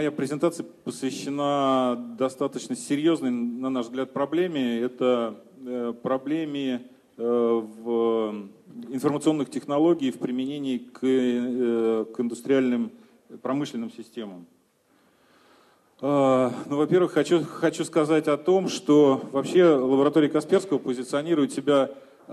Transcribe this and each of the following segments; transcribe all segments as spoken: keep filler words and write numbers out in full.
моя презентация посвящена достаточно серьезной, на наш взгляд, проблеме. Это проблеме в информационных технологиях в применении к, к индустриальным промышленным системам. Ну, во-первых, хочу, хочу сказать о том, что вообще лаборатория Касперского позиционирует себя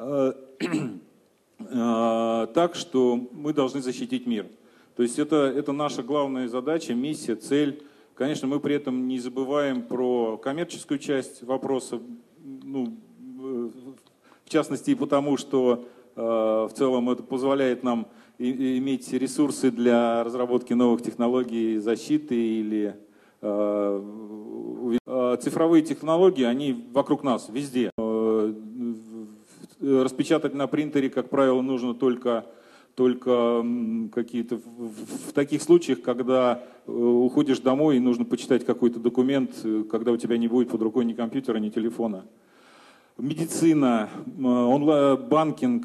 так, что мы должны защитить мир. То есть это, это наша главная задача, миссия, цель. Конечно, мы при этом не забываем про коммерческую часть вопроса, ну, в частности и потому, что э, в целом это позволяет нам и, иметь ресурсы для разработки новых технологий защиты или э, э, цифровые технологии, они вокруг нас, везде. Э, распечатать на принтере, как правило, нужно только... Только какие-то в таких случаях, когда уходишь домой и нужно почитать какой-то документ, когда у тебя не будет под рукой ни компьютера, ни телефона. Медицина, онлайн-банкинг,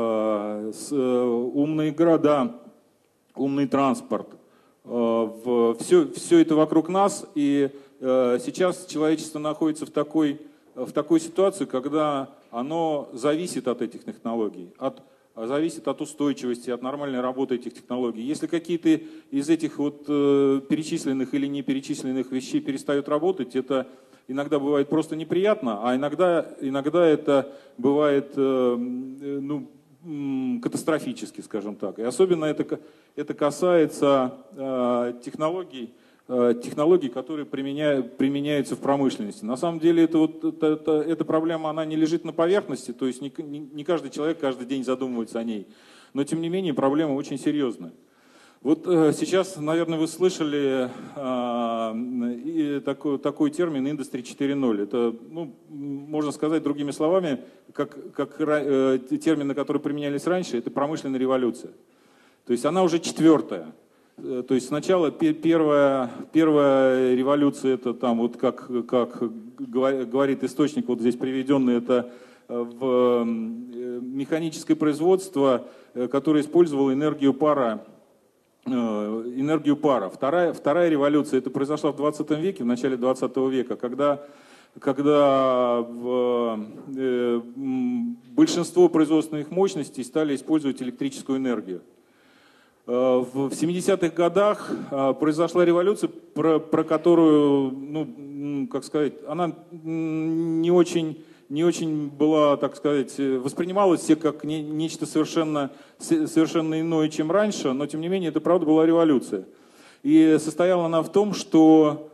умные города, умный транспорт. Все, все это вокруг нас, и сейчас человечество находится в такой, в такой ситуации, когда оно зависит от этих технологий, от зависит от устойчивости, от нормальной работы этих технологий. Если какие-то из этих вот э, перечисленных или не перечисленных вещей перестают работать, это иногда бывает просто неприятно, а иногда, иногда это бывает э, ну, катастрофически, скажем так. И особенно это, это касается э, технологий, технологий, которые применяют, применяются в промышленности. На самом деле это вот, это, это, эта проблема она не лежит на поверхности, то есть не, не, не каждый человек каждый день задумывается о ней. Но тем не менее проблема очень серьезная. Вот э, сейчас, наверное, вы слышали э, такой, такой термин «Индустрия четыре ноль». Это, ну, можно сказать другими словами, как, как э, термины, которые применялись раньше, это промышленная революция. То есть она уже четвертая. То есть сначала первая, первая революция, это там вот как, как говорит источник, вот здесь приведенный, это в механическое производство, которое использовало энергию пара. Энергию пара. Вторая, вторая революция, это произошла в двадцатом веке, в начале двадцатого века, когда, когда в, э, большинство производственных мощностей стали использовать электрическую энергию. В семидесятых годах произошла революция, про, про которую, ну, как сказать, она не очень, не очень была, так сказать, воспринималась все как не, нечто совершенно, совершенно иное, чем раньше, но тем не менее это правда была революция. И состояла она в том, что,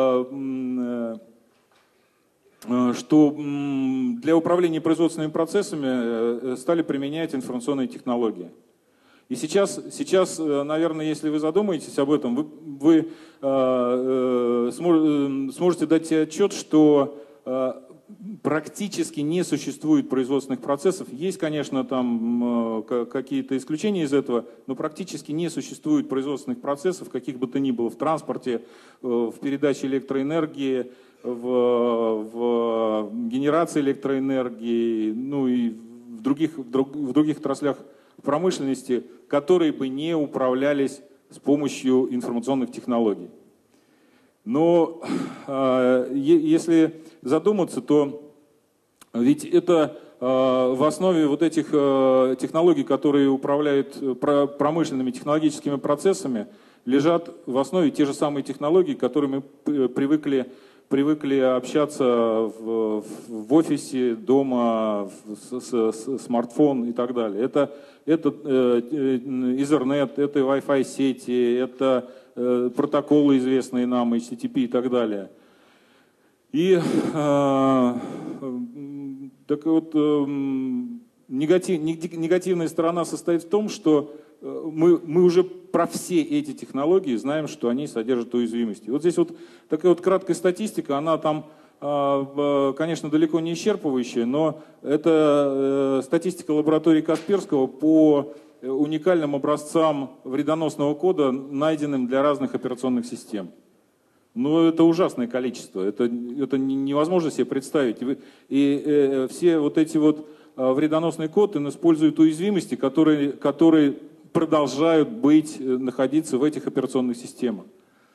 что для управления производственными процессами стали применять информационные технологии. И сейчас, сейчас, наверное, если вы задумаетесь об этом, вы, вы э, э, сможете дать себе отчет, что э, практически не существует производственных процессов. Есть, конечно, там э, какие-то исключения из этого, но практически не существует производственных процессов, каких бы то ни было, в транспорте, э, в передаче электроэнергии, в, в генерации электроэнергии, ну и в других, в друг, в других отраслях промышленности, которые бы не управлялись с помощью информационных технологий. Но э, если задуматься, то ведь это э, в основе вот этих э, технологий, которые управляют промышленными технологическими процессами, лежат в основе те же самые технологии, к которым мы привыкли, привыкли общаться в, в офисе, дома, с, с, с, смартфон и так далее. Это, это э, Ethernet, это Wi-Fi сети, это э, протоколы, известные нам, эйч ти ти пи и так далее. И э, так вот, э, негатив, негативная сторона состоит в том, что Мы, мы уже про все эти технологии знаем, что они содержат уязвимости. Вот здесь вот такая вот краткая статистика, она там, конечно, далеко не исчерпывающая, но это статистика лаборатории Касперского по уникальным образцам вредоносного кода, найденным для разных операционных систем. Ну, это ужасное количество, это, это невозможно себе представить. И э, все вот эти вот вредоносные коды используют уязвимости, которые, которые продолжают быть, находиться в этих операционных системах.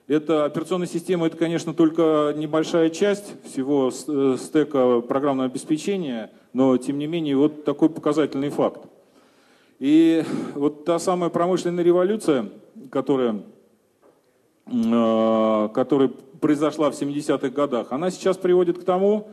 Это операционная система, это, конечно, только небольшая часть всего стека программного обеспечения, но, тем не менее, вот такой показательный факт. И вот та самая промышленная революция, которая, которая произошла в семидесятых годах, она сейчас приводит к тому,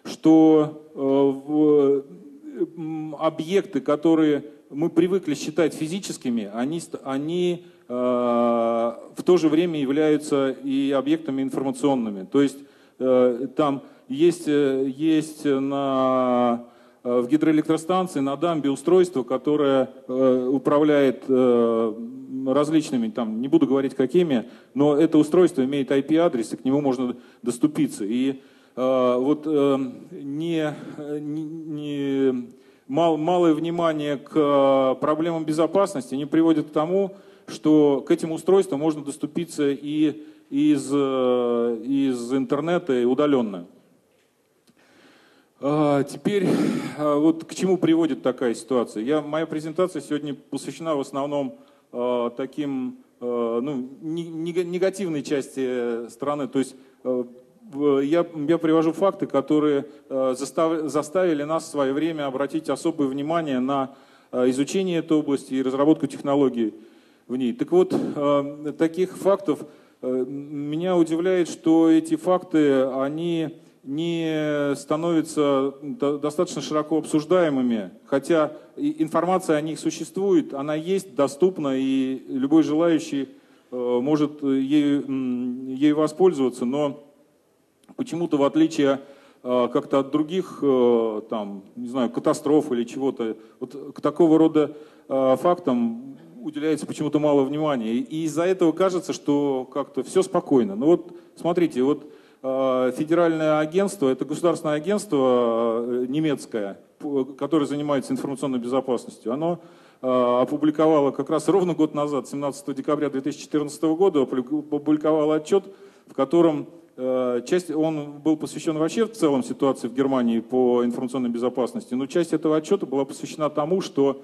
что объекты, которые мы привыкли считать физическими, они, они в то же время являются и объектами информационными. То есть там есть, есть на, в гидроэлектростанции на дамбе устройство, которое управляет различными, там, не буду говорить какими, но это устройство имеет ай пи-адрес, и к нему можно доступиться. И вот не, не, мал, малое внимание к проблемам безопасности не приводит к тому, что к этим устройствам можно доступиться и из, из интернета и удаленно. Теперь вот к чему приводит такая ситуация. Я, моя презентация сегодня посвящена в основном таким, ну, негативной части страны. То есть я, я привожу факты, которые застав, заставили нас в свое время обратить особое внимание на изучение этой области и разработку технологий в ней. Так вот, таких фактов меня удивляет, что эти факты, они не становятся достаточно широко обсуждаемыми, хотя информация о них существует, она есть, доступна, и любой желающий может ею, ею воспользоваться, но почему-то, в отличие как-то от других, там, не знаю, катастроф или чего-то, вот к такого рода фактам уделяется почему-то мало внимания. И из-за этого кажется, что как-то все спокойно. Ну вот, смотрите, вот федеральное агентство, это государственное агентство немецкое, которое занимается информационной безопасностью, оно опубликовало как раз ровно год назад, семнадцатого декабря две тысячи четырнадцатого года, опубликовало отчет, в котором часть, он был посвящен вообще в целом ситуации в Германии по информационной безопасности, но часть этого отчета была посвящена тому, что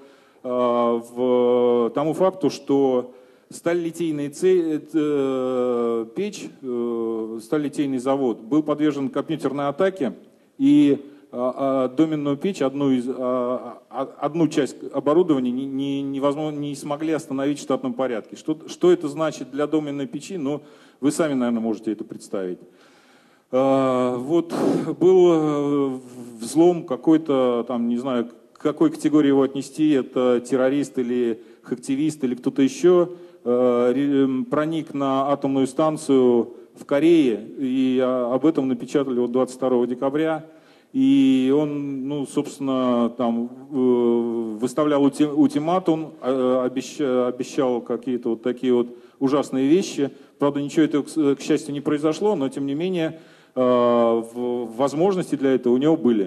в тому факту, что сталелитейная печь, сталелитейный завод был подвержен компьютерной атаке, и доменную печь, одну, из, одну часть оборудования не, не, невозможно, не смогли остановить в штатном порядке. Что, что это значит для доменной печи, ну, вы сами, наверное, можете это представить. Вот был взлом какой-то, там, не знаю, к какой категории его отнести, это террорист или хактивист или кто-то еще, проник на атомную станцию в Корее, и об этом напечатали вот двадцать второго декабря, и он, ну, собственно, там выставлял ультиматум, обещал, обещал какие-то вот такие вот ужасные вещи. Правда, ничего этого, к счастью, не произошло, но, тем не менее, возможности для этого у него были.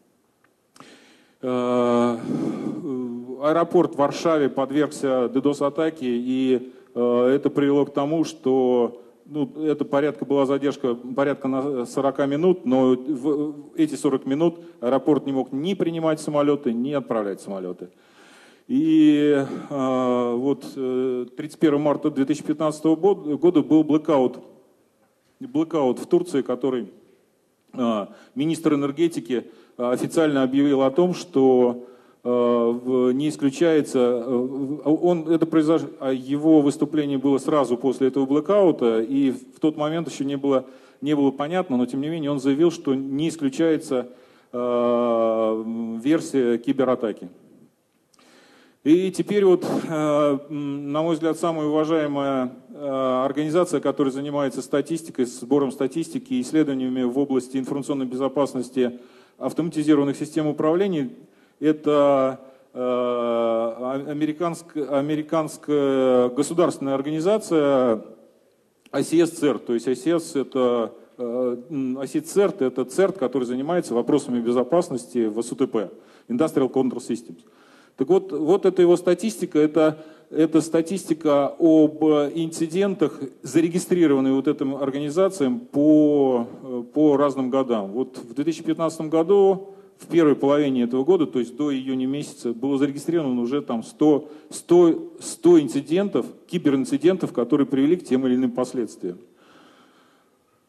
Аэропорт в Варшаве подвергся дедос-атаке, и это привело к тому, что, ну, это порядка была задержка порядка на сорок минут, но в эти сорок минут аэропорт не мог ни принимать самолеты, ни отправлять самолеты. И э, вот тридцать первого марта две тысячи пятнадцатого года был блэкаут, блэкаут в Турции, который э, министр энергетики официально объявил о том, что э, не исключается, он, это произошло, его выступление было сразу после этого блэкаута, и в тот момент еще не было, не было понятно, но тем не менее он заявил, что не исключается э, версия кибератаки. И теперь вот, на мой взгляд, самая уважаемая организация, которая занимается статистикой, сбором статистики и исследованиями в области информационной безопасности автоматизированных систем управления, это американская, американская государственная организация ай си эс-церт. То есть ай си эс это, ай си эс-церт это церт, который занимается вопросами безопасности в эс у тэ пэ, Industrial Control Systems. Так вот, вот эта его статистика, это, это статистика об инцидентах, зарегистрированные вот этим организациям по, по разным годам. Вот в две тысячи пятнадцатом году, в первой половине этого года, то есть до июня месяца, было зарегистрировано уже там сто инцидентов, киберинцидентов, которые привели к тем или иным последствиям.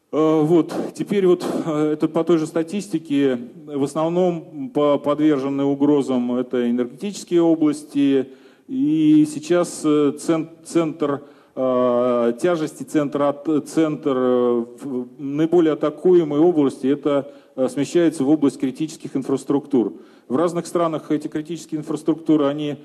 Вот, теперь вот это по той же статистике, в основном подвержены угрозам это энергетические области, и сейчас центр тяжести, центр, центр наиболее атакуемой области это смещается в область критических инфраструктур. В разных странах эти критические инфраструктуры, они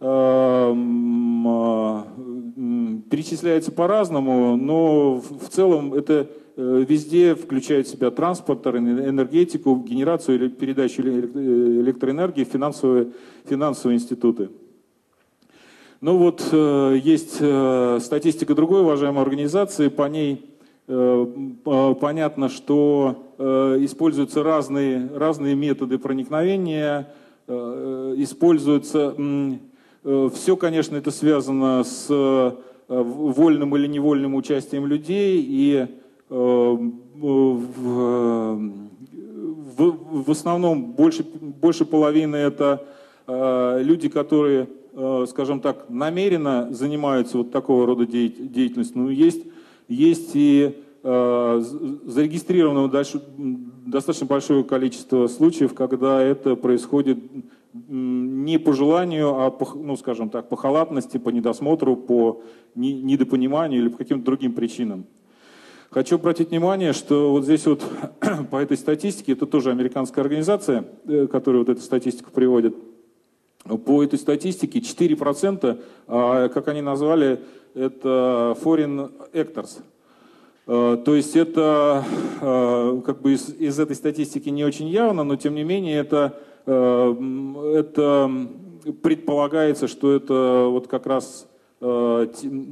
перечисляются по-разному, но в целом это везде включает в себя транспорт, энергетику, генерацию или передачу электроэнергии, финансовые, финансовые институты. Ну вот есть статистика другой уважаемой организации, по ней понятно, что используются разные, разные методы проникновения, используются, все, конечно, это связано с вольным или невольным участием людей, и в, в, в основном больше, больше половины это люди, которые, скажем так, намеренно занимаются вот такого рода деятельностью. Но есть, есть и зарегистрировано дальше, достаточно большое количество случаев, когда это происходит не по желанию, а по, ну, скажем так, по халатности, по недосмотру, по недопониманию или по каким-то другим причинам. Хочу обратить внимание, что вот здесь вот по этой статистике, это тоже американская организация, которая вот эту статистику приводит, по этой статистике четыре процента, как они назвали, это foreign actors. То есть это как бы из, из этой статистики не очень явно, но тем не менее это, это предполагается, что это вот как раз, что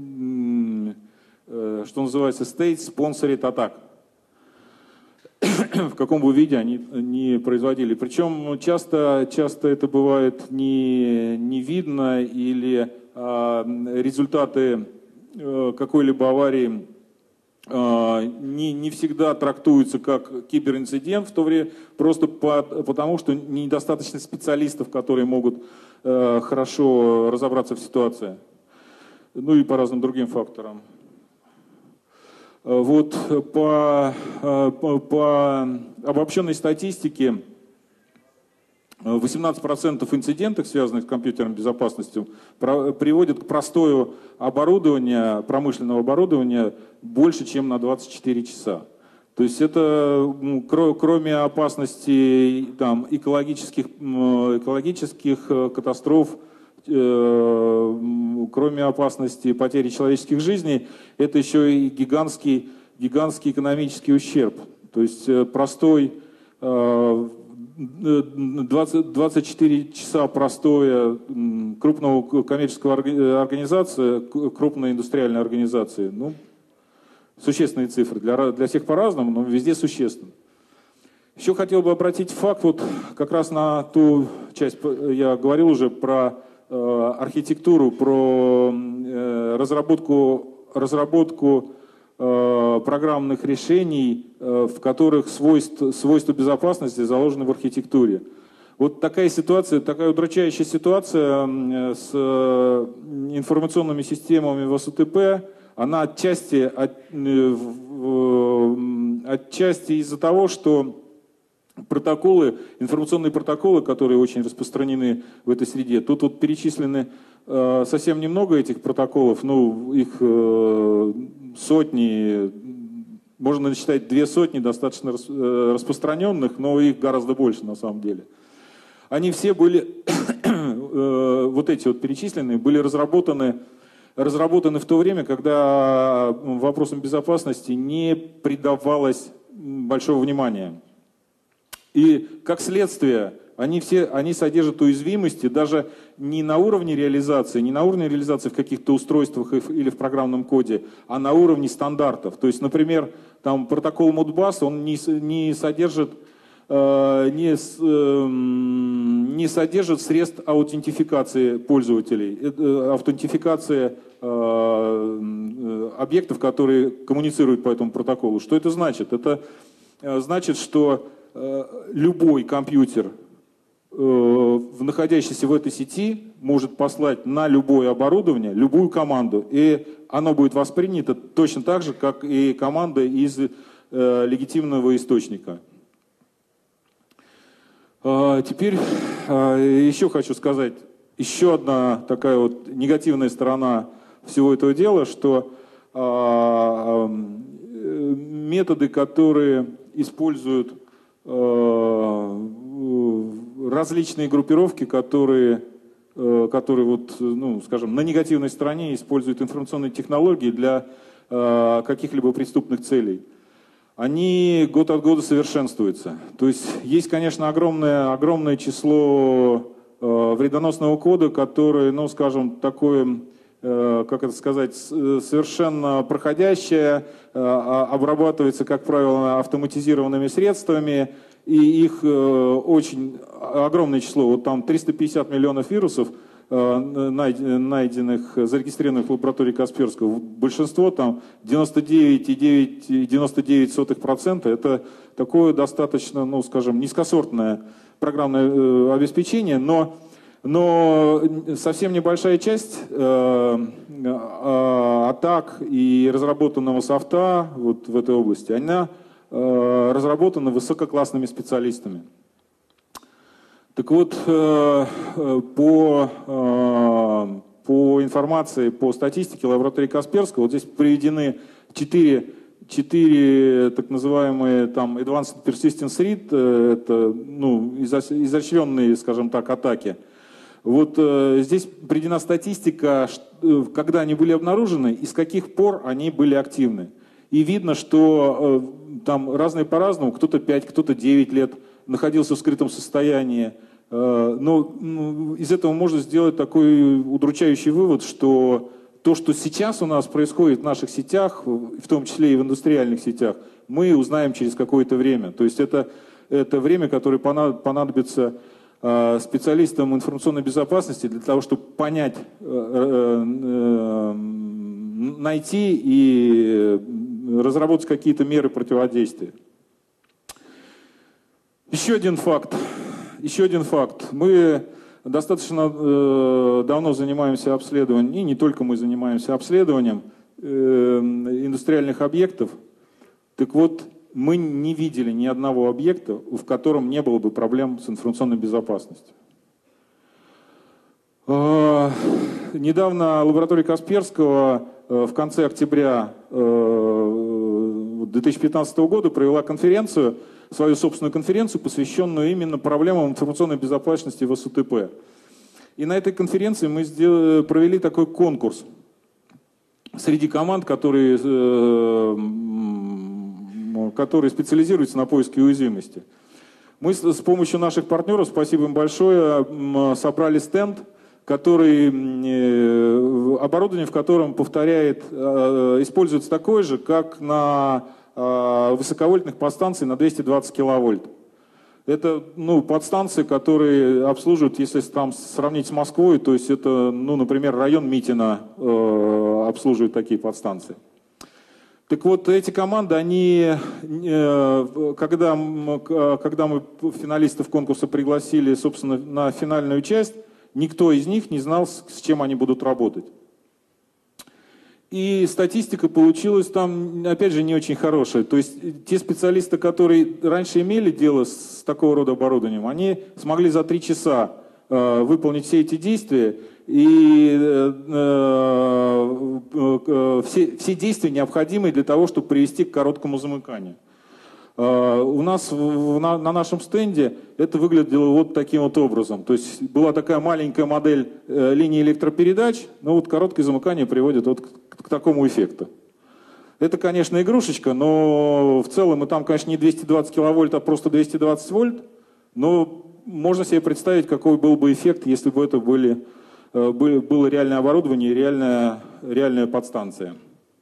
называется state-sponsored attack. В каком бы виде они не производили. Причем часто, часто это бывает не, не видно или результаты какой-либо аварии Не, не всегда трактуются как киберинцидент, в то время просто по, потому, что недостаточно специалистов, которые могут э, хорошо разобраться в ситуации. Ну и по разным другим факторам. Вот по, по, по обобщенной статистике восемнадцать процентов инцидентов, связанных с компьютерной безопасностью, приводят к простою оборудования, промышленного оборудования больше, чем на двадцать четыре часа. То есть это, ну, кроме опасностей там, экологических, экологических катастроф, э, кроме опасности потери человеческих жизней, это еще и гигантский, гигантский экономический ущерб. То есть простой э, двадцать, двадцать четыре часа простоя крупного коммерческого организации, крупной индустриальной организации, ну, существенные цифры, для, для всех по-разному, но везде существенно. Еще хотел бы обратить факт, вот как раз на ту часть, я говорил уже про э, архитектуру, про э, разработку, разработку программных решений, в которых свойства, свойства безопасности заложены в архитектуре. Вот такая ситуация, такая удручающая ситуация с информационными системами в ОСТП, она отчасти, от, отчасти из-за того, что протоколы, информационные протоколы, которые очень распространены в этой среде, тут вот перечислены совсем немного этих протоколов, ну, их сотни, можно насчитать две сотни достаточно распространенных, но их гораздо больше на самом деле. Они все были, вот эти вот перечисленные, были разработаны, разработаны в то время, когда вопросам безопасности не придавалось большого внимания. И как следствие, они все они содержат уязвимости даже не на уровне реализации, не на уровне реализации в каких-то устройствах или в программном коде, а на уровне стандартов. То есть, например, там протокол Modbus, он не, не содержит э, не, э, не содержит средств аутентификации пользователей, э, аутентификации э, объектов, которые коммуницируют по этому протоколу. Что это значит? Это э, значит, что э, любой компьютер, находящийся в этой сети, может послать на любое оборудование любую команду, и оно будет воспринято точно так же, как и команда из э, легитимного источника. Э, теперь э, еще хочу сказать, еще одна такая вот негативная сторона всего этого дела, что э, методы, которые используют э, различные группировки, которые, э, которые вот, ну, скажем, на негативной стороне используют информационные технологии для э, каких-либо преступных целей, они год от года совершенствуются. То есть есть, конечно, огромное, огромное число э, вредоносного кода, который, ну, скажем, такое, э, как это сказать, совершенно проходящее, э, обрабатывается, как правило, автоматизированными средствами, и их э, очень огромное число, вот там триста пятьдесят миллионов вирусов, найденных, зарегистрированных в лаборатории Касперского, большинство, там девяносто девять и девяносто девять сотых процента, это такое достаточно, ну, скажем, низкосортное программное обеспечение, но, но совсем небольшая часть э, э, атак и разработанного софта вот в этой области, она э, разработана высококлассными специалистами. Так вот, по, по информации, по статистике лаборатории Касперского, вот здесь приведены четыре, четыре так называемые там Advanced Persistence Read, это, ну, изощренные, скажем так, атаки. Вот здесь приведена статистика, когда они были обнаружены и с каких пор они были активны. И видно, что там разные по-разному, кто-то пять, кто-то девять лет находился в скрытом состоянии. Но ну, из этого можно сделать такой удручающий вывод, что то, что сейчас у нас происходит в наших сетях, в том числе и в индустриальных сетях, мы узнаем через какое-то время. То есть это, это время, которое понадобится специалистам информационной безопасности для того, чтобы понять, найти и разработать какие-то меры противодействия. Еще один факт. Еще один факт. Мы достаточно э, давно занимаемся обследованием, и не только мы занимаемся обследованием э, индустриальных объектов. Так вот, мы не видели ни одного объекта, в котором не было бы проблем с информационной безопасностью. Э, недавно лаборатория Касперского э, в конце октября э, две тысячи пятнадцатого года провела конференцию, свою собственную конференцию, посвященную именно проблемам информационной безопасности в СУТП. И на этой конференции мы сделали, провели такой конкурс среди команд, которые, э, которые специализируются на поиске уязвимости. Мы с, с помощью наших партнеров, спасибо им большое, собрали стенд, который, э, оборудование в котором повторяет, э, используется такое же, как на высоковольтных подстанций на двести двадцать киловольт. Это, ну, подстанции, которые обслуживают, если там сравнить с Москвой, то есть это, ну, например, район Митина э, обслуживает такие подстанции. Так вот, эти команды, они, э, когда, когда мы финалистов конкурса пригласили, собственно, на финальную часть, никто из них не знал, с чем они будут работать. И статистика получилась там, опять же, не очень хорошая. То есть те специалисты, которые раньше имели дело с такого рода оборудованием, они смогли за три часа э, выполнить все эти действия, и э, э, все, все действия необходимые для того, чтобы привести к короткому замыканию. Uh, у нас в, на, на нашем стенде это выглядело вот таким вот образом. То есть была такая маленькая модель э, линии электропередач, но вот короткое замыкание приводит вот к, к такому эффекту. Это, конечно, игрушечка, но в целом и там, конечно, не двести двадцать киловольт, а просто двести двадцать вольт. Но можно себе представить, какой был бы эффект, если бы это были, э, были, было реальное оборудование и реальная, реальная подстанция.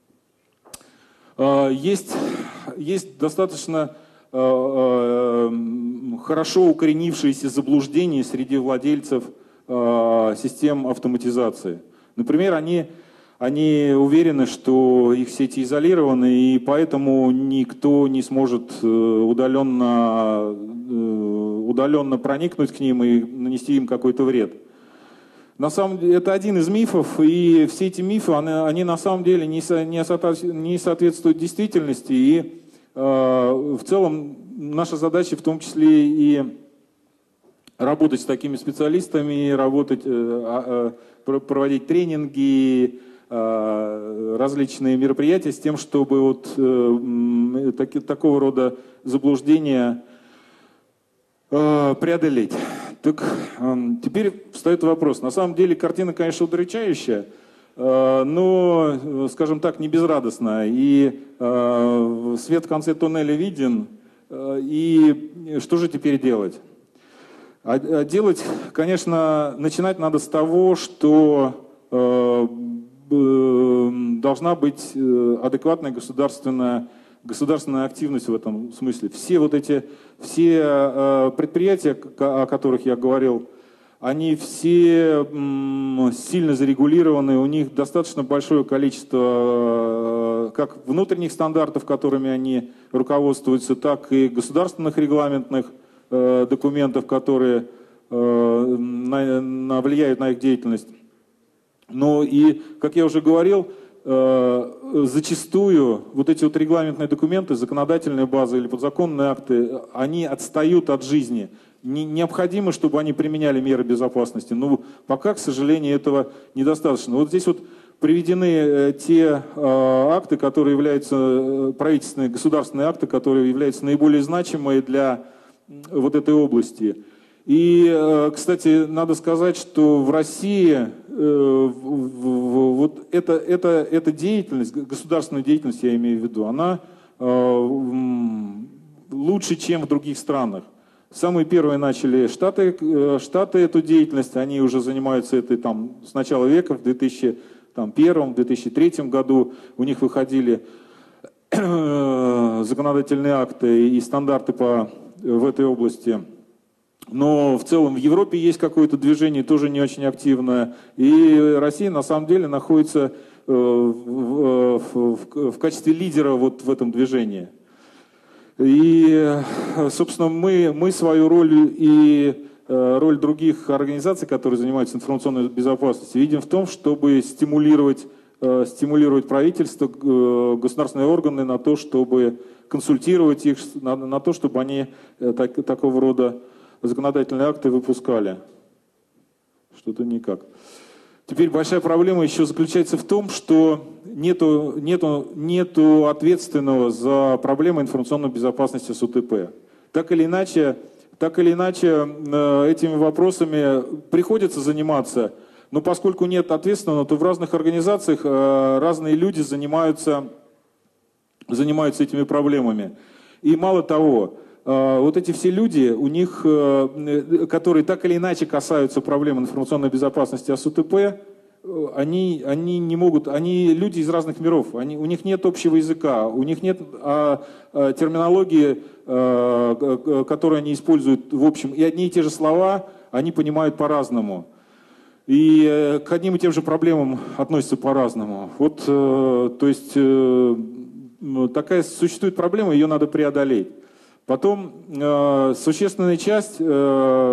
Uh, есть Есть достаточно э, э, хорошо укоренившиеся заблуждения среди владельцев э, систем автоматизации. Например, они, они уверены, что их сети изолированы, и поэтому никто не сможет удаленно, удаленно проникнуть к ним и нанести им какой-то вред. На самом деле, это один из мифов, и все эти мифы, они, они на самом деле не, со, не, со, не соответствуют действительности, и э, в целом наша задача в том числе и работать с такими специалистами, работать, проводить тренинги, различные мероприятия с тем, чтобы вот таки, такого рода заблуждения преодолеть. Так теперь встает вопрос. На самом деле картина, конечно, удручающая, но, скажем так, не безрадостная. И свет в конце туннеля виден. И что же теперь делать? А делать, конечно, начинать надо с того, что должна быть адекватная государственная, государственная активность в этом смысле. Все вот эти все предприятия, о которых я говорил, они все сильно зарегулированы, у них достаточно большое количество как внутренних стандартов, которыми они руководствуются, так и государственных регламентных документов, которые влияют на их деятельность. Но и, как я уже говорил, зачастую вот эти вот регламентные документы, законодательные базы или подзаконные акты, они отстают от жизни. Необходимо, чтобы они применяли меры безопасности, но пока, к сожалению, этого недостаточно. Вот здесь вот приведены те акты, которые являются правительственные, государственные акты, которые являются наиболее значимые для вот этой области. И, кстати, надо сказать, что в России вот эта, эта, эта деятельность, государственная деятельность, я имею в виду, она лучше, чем в других странах. Самые первые начали Штаты, Штаты эту деятельность, они уже занимаются этой там, с начала века, в две тысячи первом — две тысячи третьем году у них выходили законодательные акты и стандарты по, в этой области. Но в целом в Европе есть какое-то движение, тоже не очень активное. И Россия на самом деле находится в, в, в, в качестве лидера вот в этом движении. И, собственно, мы, мы свою роль и роль других организаций, которые занимаются информационной безопасностью, видим в том, чтобы стимулировать, стимулировать правительство, государственные органы на то, чтобы консультировать их, на, на то, чтобы они так, такого рода законодательные акты выпускали. Что-то никак. Теперь большая проблема еще заключается в том, что нету, нету, нету ответственного за проблемы информационной безопасности эс о тэ пэ. Так или иначе, так или иначе этими вопросами приходится заниматься, но поскольку нет ответственного, то в разных организациях разные люди занимаются, занимаются этими проблемами. И мало того, вот эти все люди, у них, которые так или иначе касаются проблем информационной безопасности эс о тэ пэ, они, они не могут, они люди из разных миров, они, у них нет общего языка, у них нет а, а, терминологии, а, которую они используют в общем, и одни и те же слова они понимают по-разному. И а, к одним и тем же проблемам относятся по-разному. Вот, а, то есть, а, такая существует проблема, ее надо преодолеть. Потом э, существенная часть, э,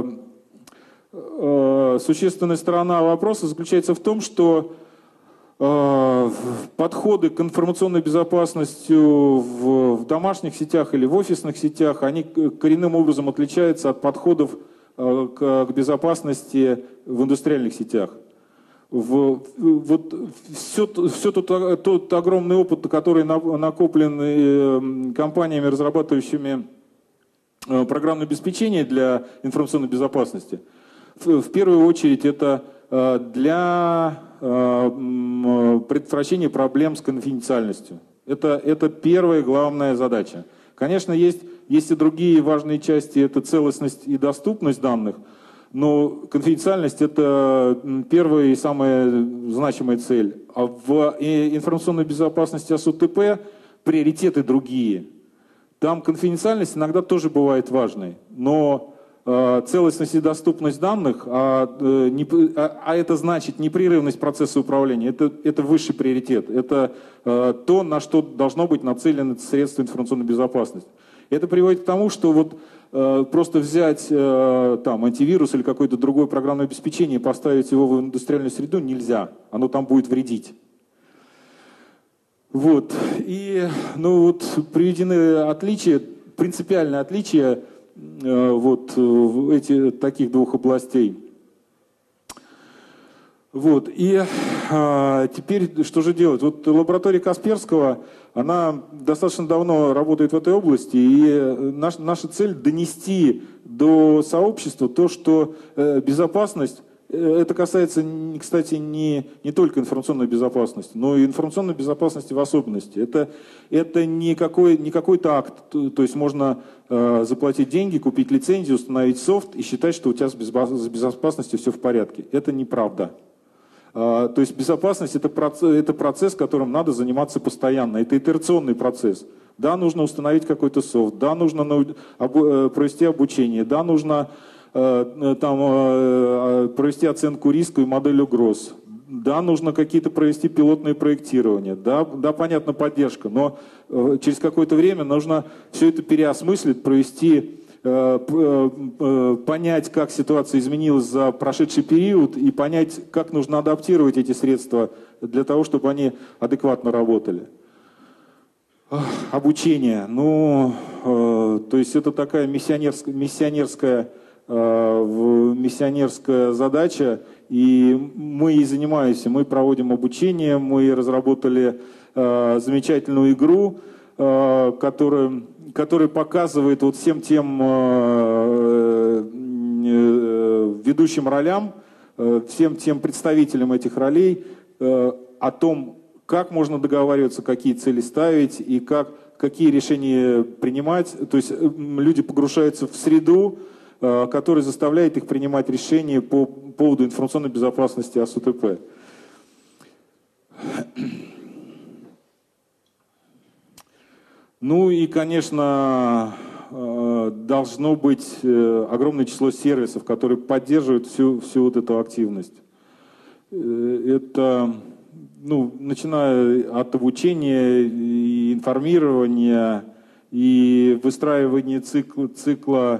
э, существенная сторона вопроса заключается в том, что э, подходы к информационной безопасности в, в домашних сетях или в офисных сетях, они коренным образом отличаются от подходов э, к, к безопасности в индустриальных сетях. В, вот все, все тот, тот огромный опыт, который накоплен э, компаниями, разрабатывающими программное обеспечение для информационной безопасности. В первую очередь это для предотвращения проблем с конфиденциальностью. Это, это первая главная задача. Конечно, есть, есть и другие важные части, это целостность и доступность данных, но конфиденциальность это первая и самая значимая цель. А в информационной безопасности эс о тэ пэ приоритеты другие. Там конфиденциальность иногда тоже бывает важной, но э, целостность и доступность данных, а, э, не, а, а это значит непрерывность процесса управления, это, это высший приоритет, это э, то, на что должно быть нацелено средство информационной безопасности. Это приводит к тому, что вот э, просто взять э, там, антивирус или какое-то другое программное обеспечение и поставить его в индустриальную среду нельзя, оно там будет вредить. Вот. И ну, вот, приведены отличия, принципиальные отличия э, вот, в эти, таких двух областей. Вот. И а, теперь что же делать? Вот лаборатория Касперского, она достаточно давно работает в этой области, и наш, наша цель донести до сообщества то, что э, безопасность, э, это касается, кстати, не, не только информационной безопасности, но и информационной безопасности в особенности. Это, это не, какой, не какой-то акт, то, то есть можно э, заплатить деньги, купить лицензию, установить софт и считать, что у тебя с безопасностью все в порядке. Это неправда. То есть безопасность это процесс, это процесс, которым надо заниматься постоянно. Это итерационный процесс. Да, нужно установить какой-то софт, да, нужно провести обучение, да, нужно там, провести оценку риска и модель угроз, да, нужно какие-то провести пилотные проектирования, да, да, понятно, поддержка, но через какое-то время нужно все это переосмыслить, провести, понять, как ситуация изменилась за прошедший период и понять, как нужно адаптировать эти средства для того, чтобы они адекватно работали. Обучение. Ну, то есть это такая миссионерская, миссионерская, миссионерская задача, и мы и занимаемся, мы проводим обучение, мы разработали замечательную игру, которая... который показывает вот всем тем э, э, ведущим ролям, э, всем тем представителям этих ролей э, о том, как можно договариваться, какие цели ставить и как, какие решения принимать. То есть э, люди погружаются в среду, э, которая заставляет их принимать решения по поводу информационной безопасности АСУТП. Ну и, конечно, должно быть огромное число сервисов, которые поддерживают всю, всю вот эту активность. Это, ну, начиная от обучения, и информирования, и выстраивания цикла, цикла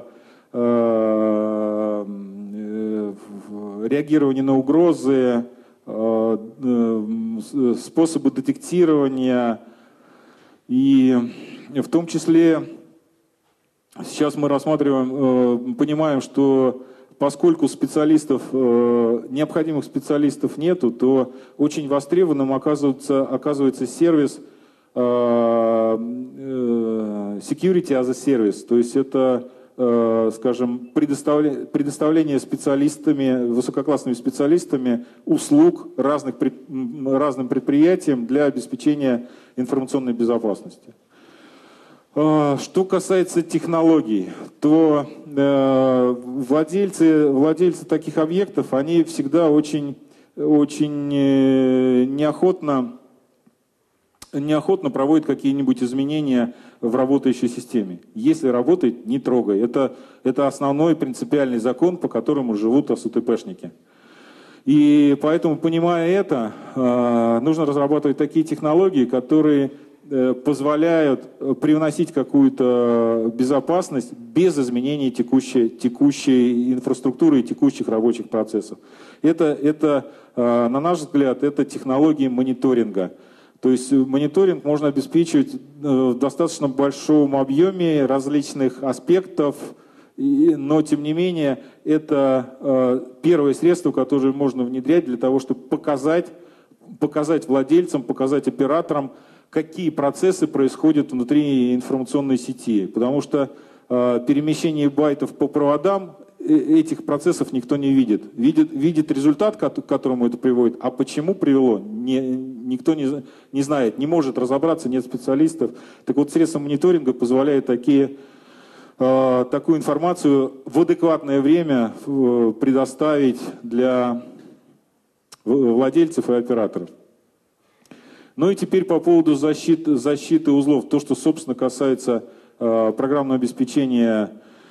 э, реагирования на угрозы, э, способы детектирования. И в том числе сейчас мы рассматриваем, понимаем, что поскольку специалистов, необходимых специалистов нету, то очень востребованным оказывается, оказывается сервис security as a service, то есть это, скажем, предоставление, предоставление специалистами, высококлассными специалистами услуг разных, разным предприятиям для обеспечения информационной безопасности. Что касается технологий, то владельцы, владельцы таких объектов, они всегда очень, очень неохотно, неохотно проводят какие-нибудь изменения в работающей системе. Если работает, не трогай. Это, это основной принципиальный закон, по которому живут АСУТПшники. И поэтому, понимая это, нужно разрабатывать такие технологии, которые позволяют привносить какую-то безопасность без изменения текущей, текущей инфраструктуры и текущих рабочих процессов. Это, это, на наш взгляд, это технологии мониторинга. То есть мониторинг можно обеспечивать в достаточно большом объеме различных аспектов, но тем не менее это первое средство, которое можно внедрять для того, чтобы показать, показать владельцам, показать операторам, какие процессы происходят внутри информационной сети. Потому что перемещение байтов по проводам, этих процессов никто не видит. Видит, видит результат, к которому это приводит, а почему привело, не, никто не, не знает, не может разобраться, нет специалистов. Так вот, средства мониторинга позволяют такие, э, такую информацию в адекватное время предоставить для владельцев и операторов. Ну и теперь по поводу защиты, защиты узлов. То, что, собственно, касается э, программного обеспечения.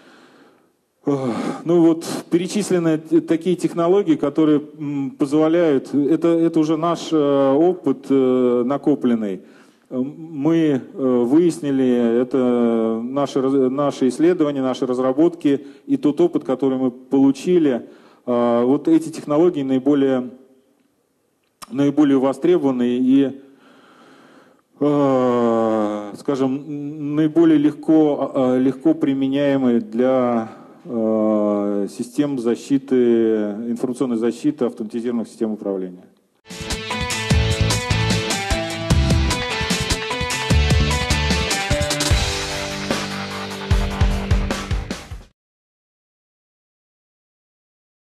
Ну вот, перечислены такие технологии, которые позволяют, это, это уже наш опыт накопленный. Мы выяснили, это наши, наши исследования, наши разработки и тот опыт, который мы получили. Вот эти технологии наиболее, наиболее востребованы и скажем, наиболее легко, легко применяемые для систем защиты, информационной защиты автоматизированных систем управления.